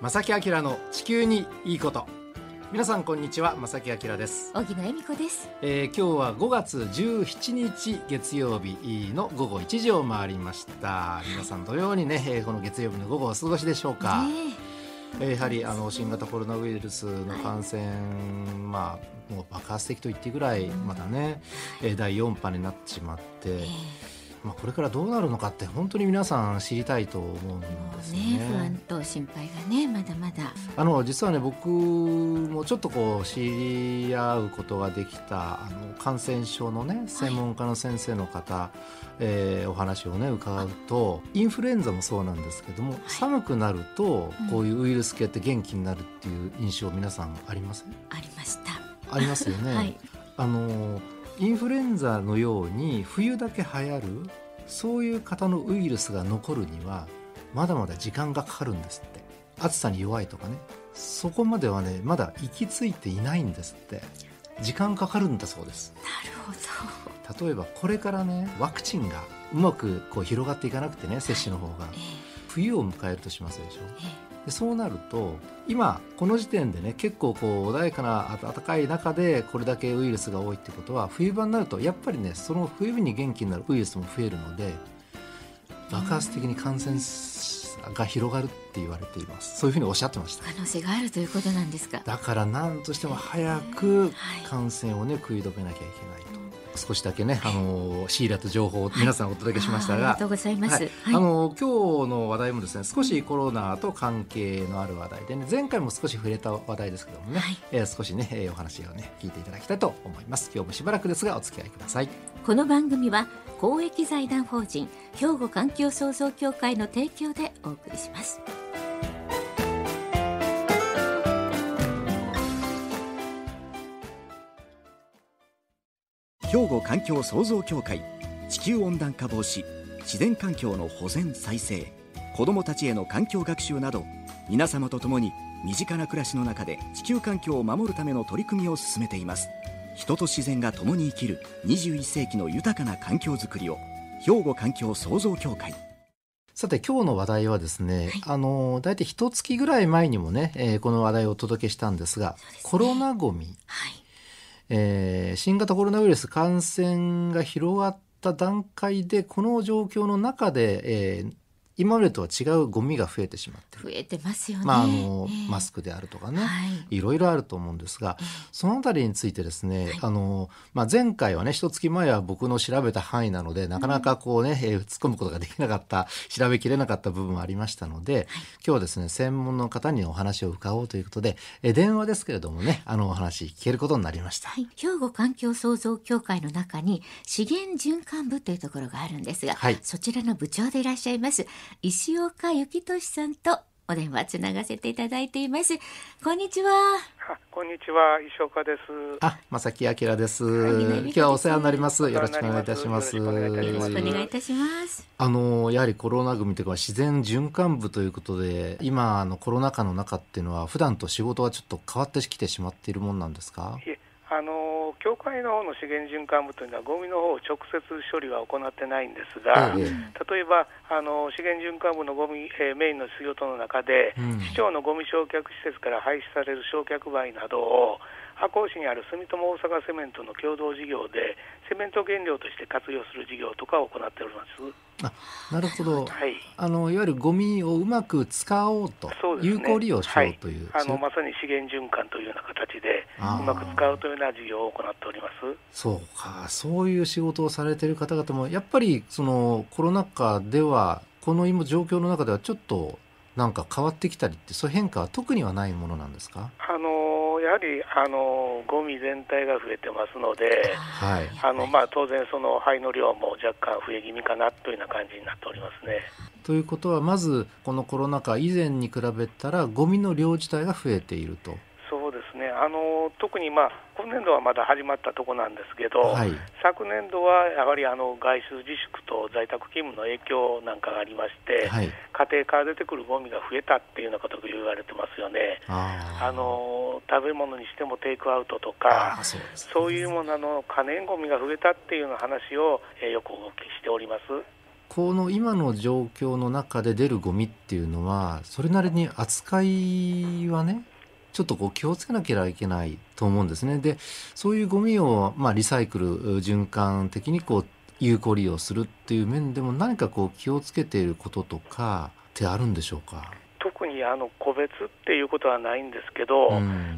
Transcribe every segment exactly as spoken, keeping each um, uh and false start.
正木明の地球にいいこと。皆さんこんにちは、正木明です。 荻野恵美子です。 えー、今日はごがつじゅうしちにち月曜日の午後いちじを回りました。皆さんどのようにね、この月曜日の午後をお過ごしでしょうか。ねえー、やはりあの新型コロナウイルスの感染、はい、まあもう爆発的と言ってぐらいまだね、うん、だいよん波になってしまって、えーまあ、これからどうなるのかって本当に皆さん知りたいと思うんですよね。 ね、不安と心配がねまだまだあの実はね、僕もちょっとこう知り合うことができたあの感染症のね専門家の先生の方、はい、えー、お話をね伺うと、インフルエンザもそうなんですけども、はい、寒くなるとこういうウイルス系って元気になるっていう印象皆さんありません？ ありました。 ありますよね、はい、あのインフルエンザのように冬だけ流行るそういう方のウイルスが残るにはまだまだ時間がかかるんですって。暑さに弱いとかね、そこまではねまだ行き着いていないんですって。時間かかるんだそうです。 なるほど。例えばこれからねワクチンがうまくこう広がっていかなくてね、接種の方が、はい、冬を迎えるとしますでしょ、えー、でそうなると今この時点でね結構こう穏やかな暖かい中でこれだけウイルスが多いってことは、冬場になるとやっぱりねその冬に元気になるウイルスも増えるので爆発的に感染が広がるって言われています。そういうふうにおっしゃってました。 可能性があるということなんですか。 だから何としても早く感染をね食い止めなきゃいけないと、少しだけね、あの仕入れた情報を皆さんお届けしましたが、はい、 ありがとうございます、はいはい、 あの今日の話題もですね少しコロナと関係のある話題で、ね、前回も少し触れた話題ですけどもね、はい、えー、少しね、えー、お話をね聞いていただきたいと思います。今日もしばらくですがお付き合いください。 この番組は公益財団法人兵庫環境創造協会の提供でお送りします。 兵庫環境創造協会、地球温暖化防止、自然環境の保全再生、子どもたちへの環境学習など、皆様と共に身近な暮らしの中で地球環境を守るための取り組みを進めています。人と自然が共に生きるにじゅういっせいきの豊かな環境づくりを、兵庫環境創造協会。 さて今日の話題はですね、はい、あのだいたい一月ぐらい前にもね、えー、この話題をお届けしたんですが、 そうですね、 コロナごみ、 はい、 えー、新型コロナウイルス感染が広がった段階でこの状況の中で、えー、今までとは違うゴミが増えてしまっている。 増えてますよね、 まああのえー、 マスクであるとかね、 はい、 いろいろあると思うんですが、えー、そのあたりについてですね、はい、あのまあ、前回はね一月前は僕の調べた範囲なのでなかなかこうね、うん、えー、突っ込むことができなかった、調べきれなかった部分はありましたので、はい、今日はですね専門の方にお話を伺おうということで、えー、電話ですけれどもね、あのお話聞けることになりました、 はい、兵庫環境創造協会の中に資源循環部というところがあるんですが、はい、そちらの部長でいらっしゃいます石岡幸俊さんとお電話つながせていただいています。こんにちは。 あ、こんにちは、石岡です。 あ、正木明です。今日はお世話になります。よろしくお願いいたします。 よろしくお願いいたします。 あのやはりコロナ組というか自然循環部ということで、今のコロナ禍の中っていうのは普段と仕事はちょっと変わってきてしまっているもんなんですか？ いえ、あの協会の方の資源循環部というのはゴミの方を直接処理は行ってないんですが、ええ、例えばあの資源循環部のゴミ、えー、メインの仕事の中で、うん、市町のゴミ焼却施設から排出される焼却灰などを赤穂市にある住友大阪セメントの共同事業でセメント原料として活用する事業とかを行っております。 あ、なるほど、 はい、 あのいわゆるゴミをうまく使おうと、そうですね、有効利用しようという、 はい、あのまさに資源循環というような形でうまく使うというような事業を行っております。 そうか、そういう仕事をされている方々もやっぱりそのコロナ禍ではこの今状況の中ではちょっとなんか変わってきたりって、そういう変化は特にはないものなんですか？ あのやはりあのゴミ全体が増えてますので、はい、あのまあ、当然その灰の量も若干増え気味かなというような感じになっておりますね。 ということはまずこのコロナ禍以前に比べたらゴミの量自体が増えていると。 そうですね、あの特に、まあ、今年度はまだ始まったところなんですけど、はい、昨年度はやはりあの外出自粛と在宅勤務の影響なんかがありまして、はい、家庭から出てくるゴミが増えたっていうようなことが言われてますよね。ああの食べ物にしてもテイクアウトとか そうですね、そういうものの可燃ゴミが増えたっていうような話を、えー、よくお聞きしております。 この今の状況の中で出るゴミっていうのはそれなりに扱いはねちょっとこう気をつけなきゃいけないと思うんですね。でそういうゴミを、まあ、リサイクル循環的にこう有効利用するっていう面でも何かこう気をつけていることとかってあるんでしょうか。 特にあの個別っていうことはないんですけど、うん、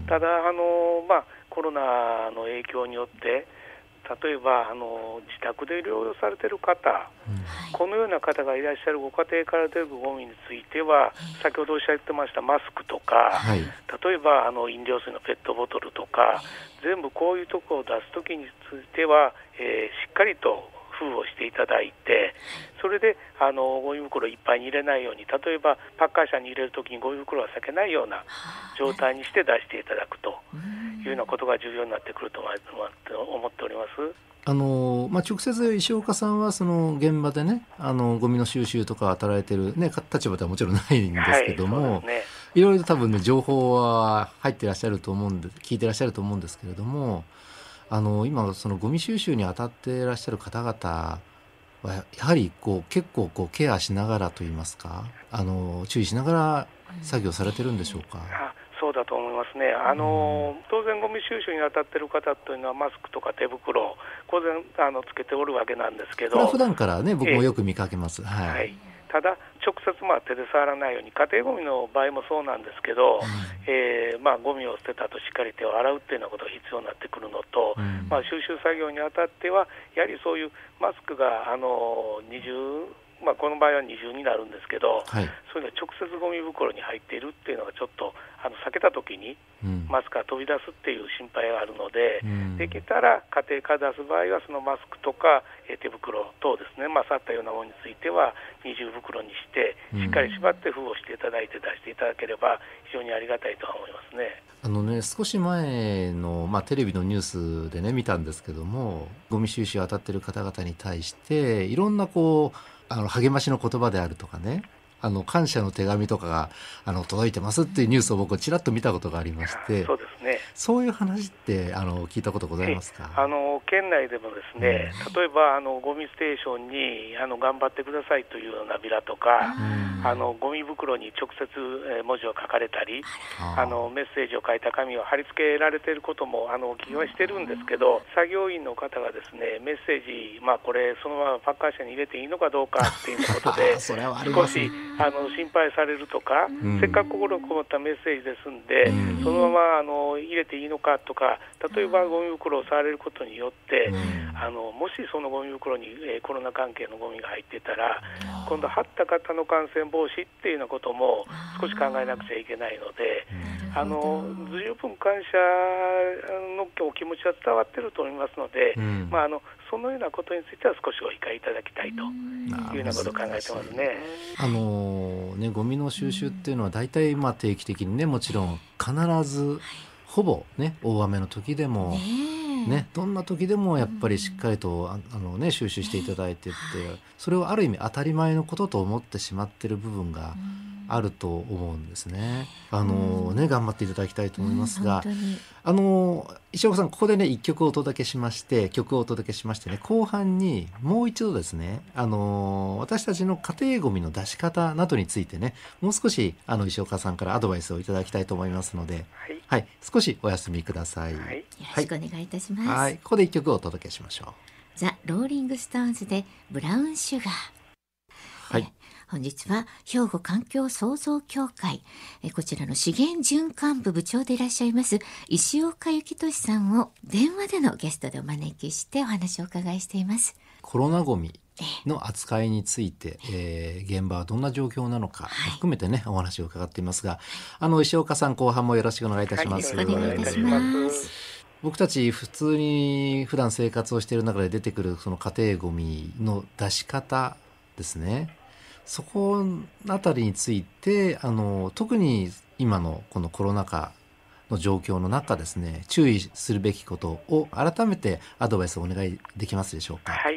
ただあの、まあ、コロナの影響によって例えばあの自宅で療養されている方、うん、このような方がいらっしゃるご家庭から出るゴミについては、先ほどおっしゃってましたマスクとか、はい、例えばあの飲料水のペットボトルとか、全部こういうところを出すときについては、えー、しっかりと封をしていただいて、それであのゴミ袋いっぱいに入れないように、例えばパッカー車に入れるときにゴミ袋は避けないような状態にして出していただくというようなことが重要になってくると思っております。 あのまあ、直接石岡さんはその現場でね、あのゴミの収集とか働いてる、ね、立場ではもちろんないんですけども、はい、ね、いろいろ多分ね情報は入ってらっしゃると思うんで聞いてらっしゃると思うんですけれども、あの今そのゴミ収集に当たっていらっしゃる方々はやはりこう結構こうケアしながらといいますか、あの注意しながら作業されてるんでしょうか。 あ、そうだと思いますね。あの、うん、当然ゴミ収集に当たっている方というのはマスクとか手袋当然あのつけておるわけなんですけど、 これは普段からね僕もよく見かけます。 えーはいはい、ただ直接まあ手で触らないように、家庭ゴミの場合もそうなんですけど、うん、えーまあ、ゴミを捨てたとしっかり手を洗うっていうようなことが必要になってくるのと、うん、まあ、収集作業にあたってはやはりそういうマスクがあの二重、まあ、この場合は二重になるんですけど、はい、そういうのが直接ゴミ袋に入っているっていうのがちょっとあの避けたときに、うん、マスクが飛び出すっていう心配があるので、うん、できたら家庭から出す場合はそのマスクとか、えー、手袋等ですね、まあ、触ったようなものについては二重袋にしてしっかり縛って封をしていただいて出していただければ非常にありがたいとは思いますね。 あのね、少し前の、まあ、テレビのニュースでね見たんですけども、ゴミ収集当たっている方々に対していろんなこうあの励ましの言葉であるとかね、あの感謝の手紙とかがあの届いてますっていうニュースを僕ちらっと見たことがありまして、 そうですね、 そういう話ってあの聞いたことございますか。 あの県内でもですね、うん、例えばあのゴミステーションにあの頑張ってくださいというようなビラとか、うん、あのゴミ袋に直接文字を書かれたり、あのメッセージを書いた紙を貼り付けられていることもあの気はしてるんですけど、作業員の方がですねメッセージ、まあ、これそのままパッカー車に入れていいのかどうかっていうことで少しあの心配されるとか、うん、せっかく心こもったメッセージですんで、うん、そのままあの入れていいのかとか、例えばゴミ袋を触れることによって、うん、あのもしそのゴミ袋に、えー、コロナ関係のゴミが入ってたら、うん、今度貼った方の感染防止っていうようなことも少し考えなくちゃいけないので、あの十分感謝のお気持ちは伝わっていると思いますので、うん、まあ、あのそのようなことについては少しご理解いただきたいというようなことを考えてますね。 あのね、ゴミの収集っていうのは大体まあ定期的にね、もちろん必ずほぼね大雨の時でも、ね、どんな時でもやっぱりしっかりとああの、ね、収集していただいてって、それをある意味当たり前のことと思ってしまってる部分があると思うんですね。あのね、頑張っていただきたいと思いますが、うん、あの石岡さん、ここでねいっきょくお届けしまして曲をお届けしましてね、後半にもう一度ですね、あの私たちの家庭ゴミの出し方などについてね、もう少しあの石岡さんからアドバイスをいただきたいと思いますので、はいはい、少しお休みください。はい、よろしくお願いいたします。 はい、ここでいっきょくお届けしましょう。 ザ・ローリング・ストーンズでブラウン・シュガー。はい、本日は兵庫環境創造協会えこちらの資源循環部部長でいらっしゃいます石岡幸俊さんを電話でのゲストでお招きしてお話をお伺いしています。 コロナゴミの扱いについて、えー、現場はどんな状況なのか含めてね、はい、お話を伺っていますが、あの石岡さん、後半もよろしくお願いいたします。 はい、よろしくお願いいたします。 僕たち普通に普段生活をしている中で出てくるその家庭ゴミの出し方ですね、そこあたりについてあの特に今のこのコロナ禍の状況の中ですね、注意するべきことを改めてアドバイスをお願いできますでしょうか。 はい、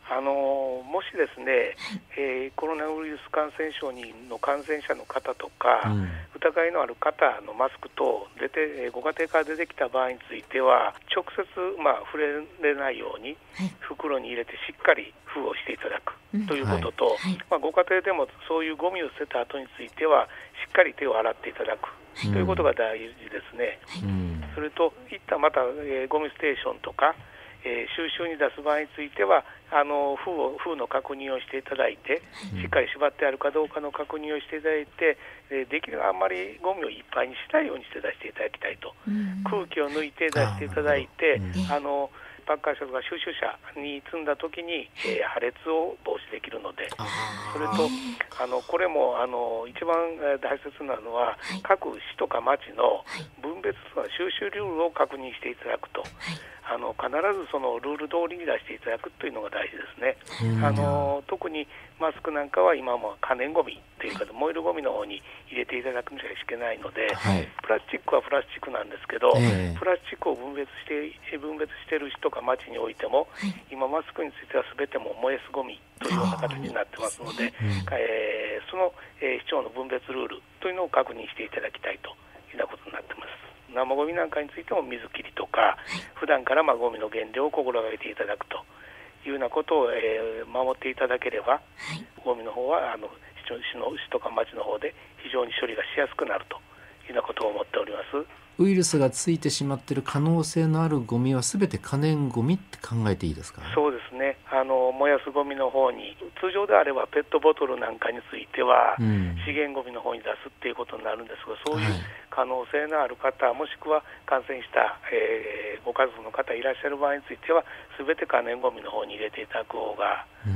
あのもしですね、えー、コロナウイルス感染症にの感染者の方とか、うん、疑いのある方のマスク等出て、ご家庭から出てきた場合については直接、まあ、触れれないように袋に入れてしっかり封をしていただくということと、はいはい、まあ、ご家庭でもそういうゴミを捨てた後についてはしっかり手を洗っていただくということが大事ですね、うん、それといったまた、えー、ゴミステーションとかえー、収集に出す場合についてはあの封を封の確認をしていただいて、しっかり縛ってあるかどうかの確認をしていただいて、えー、できるだけあんまりゴミをいっぱいにしないようにして出していただきたいと、うん、空気を抜いて出していただいて、あ、あのパッカー車とか収集車に積んだときに、えー、破裂を防止できるので、それとあのこれもあの一番大切なのは、はい、各市とか町の分別とか収集ルールを確認していただくと、はい、あの必ずそのルール通りに出していただくというのが大事ですね。あの特にマスクなんかは今も可燃ごみというか、はい、燃えるごみの方に入れていただくのしかいけないので、はい、プラスチックはプラスチックなんですけど、えー、プラスチックを分別して分別している市とか町においても、はい、今マスクについては全ても燃えすごみというような形になってますので、えー、その、えー、市長の分別ルールというのを確認していただきたいというようなことになっています。生ゴミなんかについても水切りとか、普段からまあゴミの減量を心がけていただくというようなことを、えー、守っていただければ、はい、ゴミの方はあの 市, の市とか町の方で非常に処理がしやすくなるというようなことを思っております。 ウイルスがついてしまっている可能性のあるゴミはすべて可燃ゴミって考えていいですか？ そうですね、あの燃やすゴミの方に、通常であればペットボトルなんかについては、うん、資源ゴミの方に出すっていうことになるんですが、そういう可能性のある方、はい、もしくは感染した、えー、ご家族の方いらっしゃる場合についてはすべて可燃ゴミの方に入れていただく方が、 うん、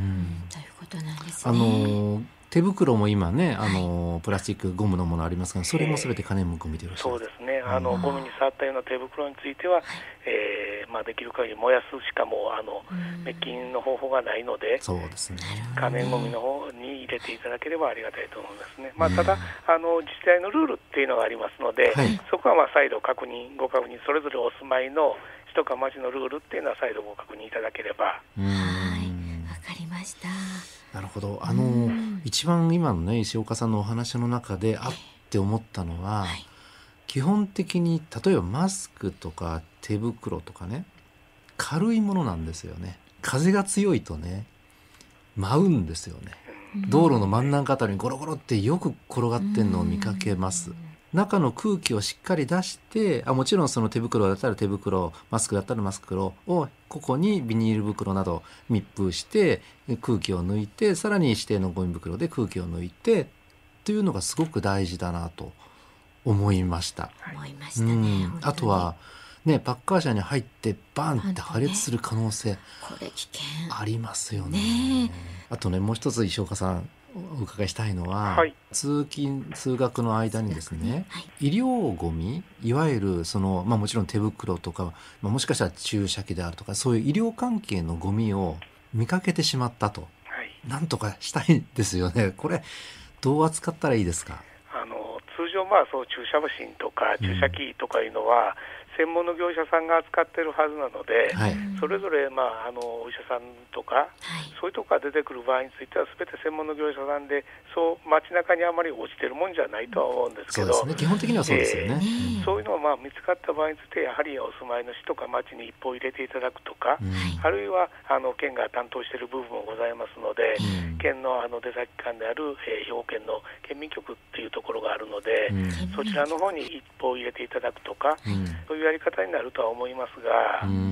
ということなんですね。 あの手袋も今ね、あのプラスチックゴムのものありますが、それもすべて可燃ゴミでよろしいですか？ そうですね、あの、うん、ゴムに触ったような手袋については、えーまあ、できる限り燃やすしかもあの滅菌の方法がないので、 そうですね、 可燃ゴミの方に入れていただければありがたいと思いますね。まあ、ただあの自治体のルールっていうのがありますので、はい、そこはまあ再度確認ご確認、それぞれお住まいの市とか町のルールっていうのは再度ご確認いただければ。 うん、はい、わかりました。 なるほど。あの一番今のね石岡さんのお話の中であって思ったのは、はい、基本的に例えばマスクとか手袋とかね、軽いものなんですよね。風が強いとね舞うんですよね。道路の真ん中あたりにゴロゴロってよく転がってんのを見かけます。中の空気をしっかり出して、あもちろんその手袋だったら手袋、マスクだったらマスクをここにビニール袋など密封して空気を抜いて、さらに指定のゴミ袋で空気を抜いてというのがすごく大事だなと思いました。 思いましたね。うん、 あとはね、パッカー車に入ってバーンって破裂する可能性ありますよね。ね、あとね、もう一つ石岡さんお伺いしたいのは、はい、通勤通学の間にですね、はい、医療ゴミ、いわゆるその、まあ、もちろん手袋とか、まあ、もしかしたら注射器であるとか、そういう医療関係のゴミを見かけてしまったと、はい、なんとかしたいんですよね。これどう扱ったらいいですか？ あの通常、まあ、そう注射マシンとか注射器とかいうのは、うん、専門の業者さんが扱っているはずなので、はい、それぞれ、まあ、あのお医者さんとか、はい、そういうところが出てくる場合については全て専門の業者さんで、そう街中にあまり落ちてるもんじゃないとは思うんですけど、 そうですね、基本的にはそうですよね、 えー、そういうのがまあ見つかった場合について、やはりお住まいの市とか町に一報入れていただくとか、うん、あるいはあの県が担当している部分もございますので、うん、県のあの出先機関である、えー、兵庫県の県民局っていうところがあるので、うん、そちらの方に一報入れていただくとか、うん、そういうやり方になるとは思いますが、うん、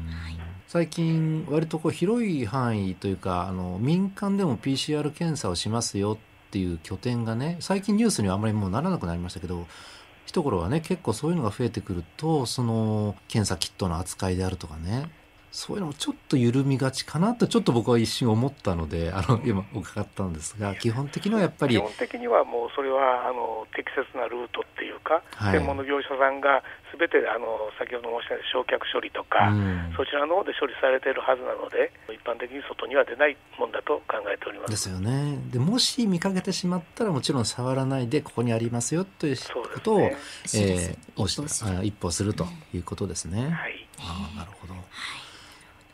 最近割とこう広い範囲というか、あの民間でも ピーシーアール 検査をしますよっていう拠点がね、最近ニュースにはあまりもうならなくなりましたけど、一頃はね結構そういうのが増えてくると、その検査キットの扱いであるとかね、そういうのもちょっと緩みがちかなとちょっと僕は一瞬思ったので、あの今伺ったんですが、基本的にはやっぱり基本的にはもうそれはあの適切なルートっていうか、はい、専門の業者さんが全てあの先ほど申し上げた焼却処理とか、うん、そちらの方で処理されているはずなので、一般的に外には出ないもんだと考えております。 ですよね。でもし見かけてしまったらもちろん触らないで、ここにありますよということを、ねえー、一歩するということですね、うん、はい、あ、なるほど。はい、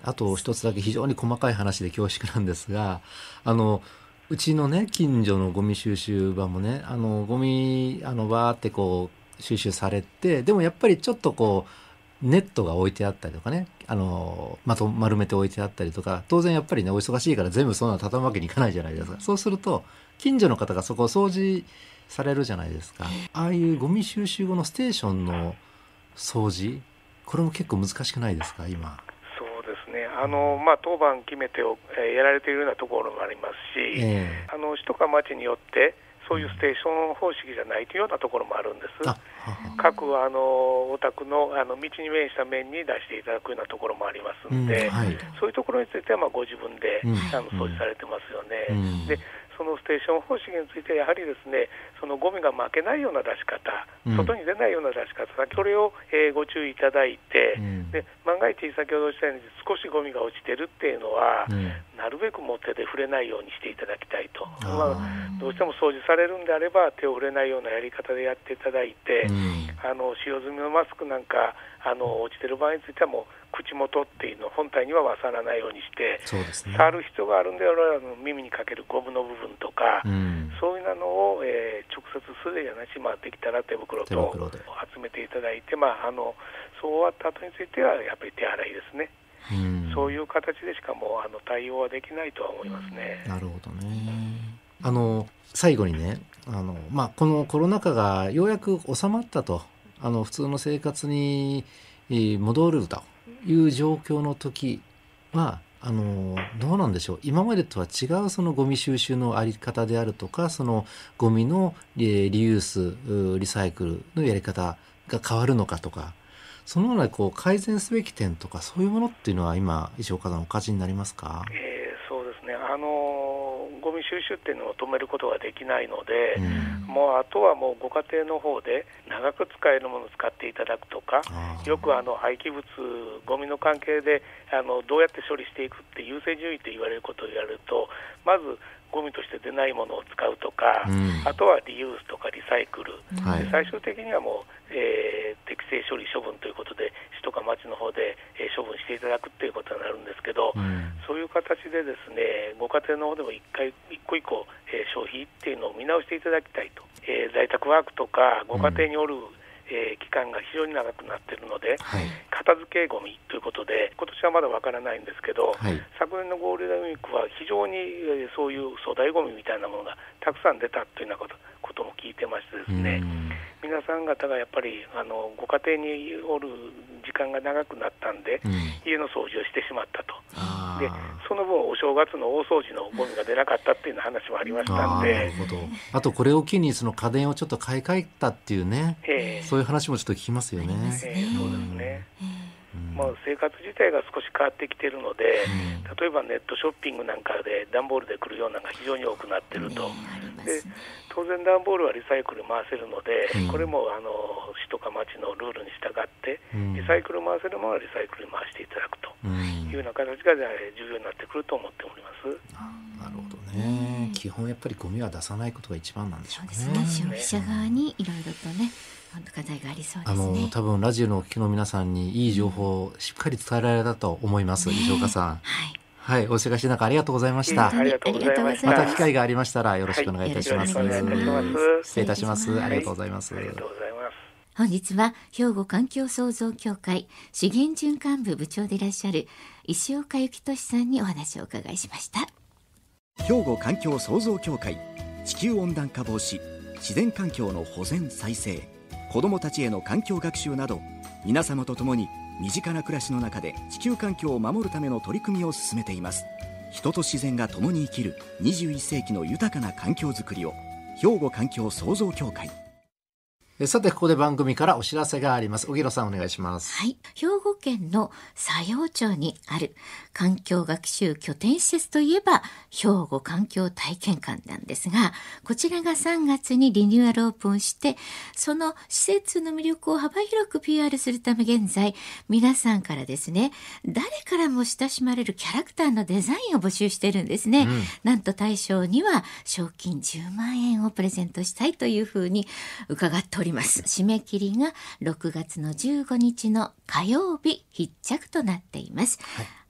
あと一つだけ非常に細かい話で恐縮なんですが、あのうちのね近所のゴミ収集場もね、あのゴミあのバーってこう収集されて、でもやっぱりちょっとこうネットが置いてあったりとかね、あのまと丸めて置いてあったりとか、当然やっぱりねお忙しいから全部そんなの畳むわけにいかないじゃないですか。そうすると近所の方がそこを掃除されるじゃないですか。ああいうゴミ収集後のステーションの掃除、これも結構難しくないですか今。 そうですね、あの、まあ、当番決めてを、えー、やられているようなところもありますし、えー、あの市とか町によってそういうステーション方式じゃないというようなところもあるんです。各あのお宅の、あの道に面した面に出していただくようなところもありますので、うんはい、そういうところについてはまあご自分で、うん、あの掃除されてますよね、うん、でそのステーション方式についてやはりですね、そのゴミが負けないような出し方、うん、外に出ないような出し方、これを、えー、ご注意いただいて、うん、で万が一先ほどおっしゃったように少しゴミが落ちてるっていうのは、うん、なるべくも手で触れないようにしていただきたいと。まあ、どうしても掃除されるんであれば手を触れないようなやり方でやっていただいて、うん、あの使用済みのマスクなんかあの落ちてる場合についてはもう口元っていうのを本体には触らないようにして、そうですね、触る必要があるんであれば耳にかけるゴムの部分とか、うん、そういうのを、えー、直接素手じゃなし、まあ、できたら手袋と集めていただいて、まあ、あのそう終わった後についてはやっぱり手洗いですね、うん、そういう形でしかもうあの対応はできないとは思いますね。 なるほどね。あの最後にね、あの、まあ、このコロナ禍がようやく収まったと、あの普通の生活に戻るという状況の時はあのどうなんでしょう、今までとは違うそのゴミ収集のあり方であるとか、そのゴミのリユースリサイクルのやり方が変わるのかとか、そのようなこう改善すべき点とかそういうものっていうのは今石岡さんお感じになりますか？ えー、そうですね、あのゴミ収集っていうのを止めることができないので、うん、もうあとはもうご家庭の方で長く使えるものを使っていただくとか、よくあの廃棄物ゴミの関係であのどうやって処理していくって優先順位と言われることをやると、まずゴミとして出ないものを使うとか、うん、あとはリユースとかリサイクル、はい、最終的にはもう、えー、適正処理処分ということで市とか町の方で、えー、処分していただくということになるんですけど、うん、そういう形でですね、ご家庭の方でも一回一個一個、えー、消費っていうのを見直していただきたいと、えー、在宅ワークとかご家庭におる、うんえー、期間が非常に長くなっているので、はい、片付けゴミということで今年はまだわからないんですけど、はい、昨年のゴールデンウィークは非常に、えー、そういう粗大ゴミみたいなものがたくさん出たというようなこと、ことも聞いてましてですね、皆さん方がやっぱりあのご家庭におる時間が長くなったんで、うん、家の掃除をしてしまったと。でその分お正月の大掃除のゴミが出なかったっていう話もありましたんで、あ、なるほど。 あとこれを機にその家電をちょっと買い替えたっていうね、えー、そういう話もちょっと聞きますよね。 えー、そうですね、うん、まあ、生活自体が少し変わってきているので、うん、例えばネットショッピングなんかで段ボールで来るようなのが非常に多くなっていると、ね、で当然段ボールはリサイクル回せるので、うん、これもあの市とか町のルールに従って、うん、リサイクル回せるものはリサイクルに回していただくというような形が重要になってくると思っております。 なるほどね、基本やっぱりゴミは出さないことが一番なんでしょうね。 そうですね、消費者側にいろいろとね課題がありそうですね。 あの多分ラジオのお聞きの皆さんにいい情報をしっかり伝えられたと思います、ね、石岡さん、はいはい、お忙しい中ありがとうございました。 ありがとうございました。 また機会がありましたらよろしくお願いいたします。 はい、 失礼いたします。ありがとうございます。 ありがとうございます。 本日は兵庫環境創造協会資源循環部部長でいらっしゃる石岡幸俊さんにお話をお伺いしました。 兵庫環境創造協会地球温暖化防止、自然環境の保全再生、子どもたちへの環境学習など、皆様と共に身近な暮らしの中で地球環境を守るための取り組みを進めています。人と自然が共に生きるにじゅういっ世紀の豊かな環境づくりを、兵庫環境創造協会。 さてここで番組からお知らせがあります。荻野さんお願いします。 はい、兵庫県の佐用町にある環境学習拠点施設といえば兵庫環境体験館なんですが、こちらがさんがつにリニューアルオープンして、その施設の魅力を幅広く ピーアール するため現在皆さんからですね、誰からも親しまれるキャラクターのデザインを募集しているんですね、うん、なんと対象には賞金じゅうまんえんをプレゼントしたいというふうに伺っております。締め切りがろくがつのじゅうごにちの火曜日必着となっています、はい、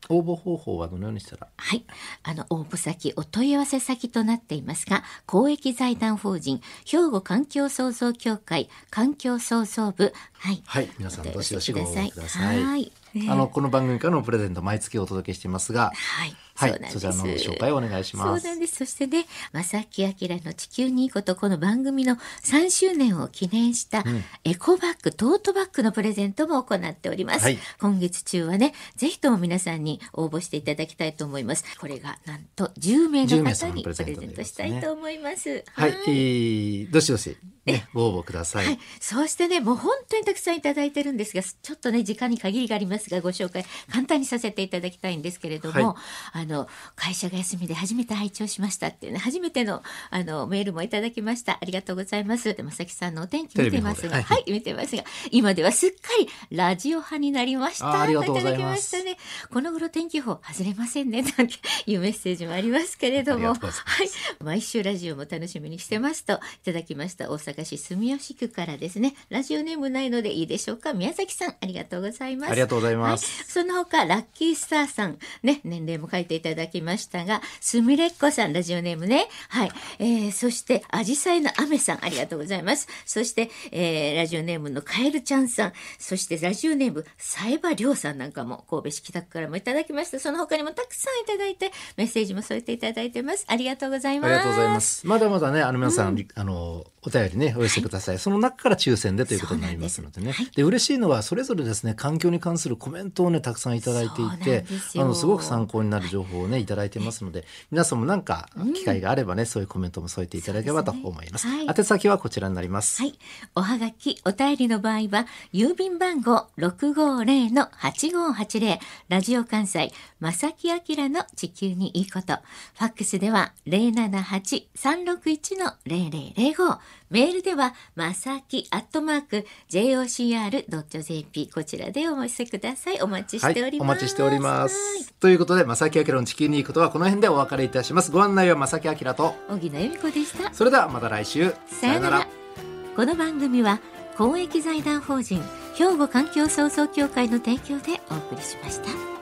応募方法はどのようにしたら？ はい、あの応募先、お問い合わせ先となっていますが、公益財団法人兵庫環境創造協会環境創造部、はい、 はい、皆さんどしどしご応募ください。 はい、 あのこの番組からのプレゼント毎月お届けしていますが、 はい、 はい、 そうなんです。 そちらの紹介をお願いします。 そうなんです。そしてね、正木明の地球にいいこと、この番組のさんしゅうねんを記念したエコバッグ、トートバッグのプレゼントも行っております、はい、今月中はね、ぜひとも皆さんに応募していただきたいと思います。これがなんとじゅうめいの方にプレゼントしたいと思います。 はい、はい、えー、どしどしね、ご応募ください。はい、 そうしてね、もう本当にたくさんいただいてるんですが、ちょっとね時間に限りがありますが、ご紹介簡単にさせていただきたいんですけれども、はい、あの会社が休みで初めて拝聴しましたっていうね、初めてのあのメールもいただきました。ありがとうございます。で正木さんのお天気見てますが、はい、はい、見てますが、今ではすっかりラジオ派になりました。 ありがとうございます。いただきましたね。この頃天気予報外れませんねなんていうメッセージもありますけれども、はい、毎週ラジオも楽しみにしてますといただきました。大阪市住吉区からですね。ラジオネームないのでいいでしょうか。宮崎さん、ありがとうございます。 ありがとうございます、 はい、その他ラッキースターさんね、年齢も書いていただきましたが、すみれっこさん、ラジオネームね、はい、えー、そしてあじさいのあめさん、ありがとうございます。そして、えー、ラジオネームのカエルちゃんさん、そしてラジオネームさえばりょうさんなんかも神戸市北区からもいただきました。その他にもたくさんいただいて、メッセージも添えていただいてます。ありがとうございます。 ありがとうございます。まだまだね、あの皆さん、うん、あのお便りねお寄せください、はい、その中から抽選でということになりますのでね。で、はい、で嬉しいのはそれぞれですね、環境に関するコメントをねたくさんいただいていて、あのすごく参考になる情報をねいただいてますので、皆さんもなんか機会があればね、うん、そういうコメントも添えていただければと思います。はい、宛先はこちらになります。 はい、おはがきお便りの場合は郵便番号 ろくごゼロのはちごはちゼロ ラジオ関西正木明の地球にいいこと、ファックスでは ゼロななはちさんろくいちのゼロゼロゼロご、メールではまさきアットマーク ジェイオーシーアールドットジェーピー、 こちらでお寄せください。お待ちしております。 はい、お待ちしております。はい、ということで正木明の地球にいいことはこの辺でお別れいたします。ご案内は正木明と小木野由美子でした。 それではまた来週、 さよなら。この番組は公益財団法人兵庫環境創造協会の提供でお送りしました。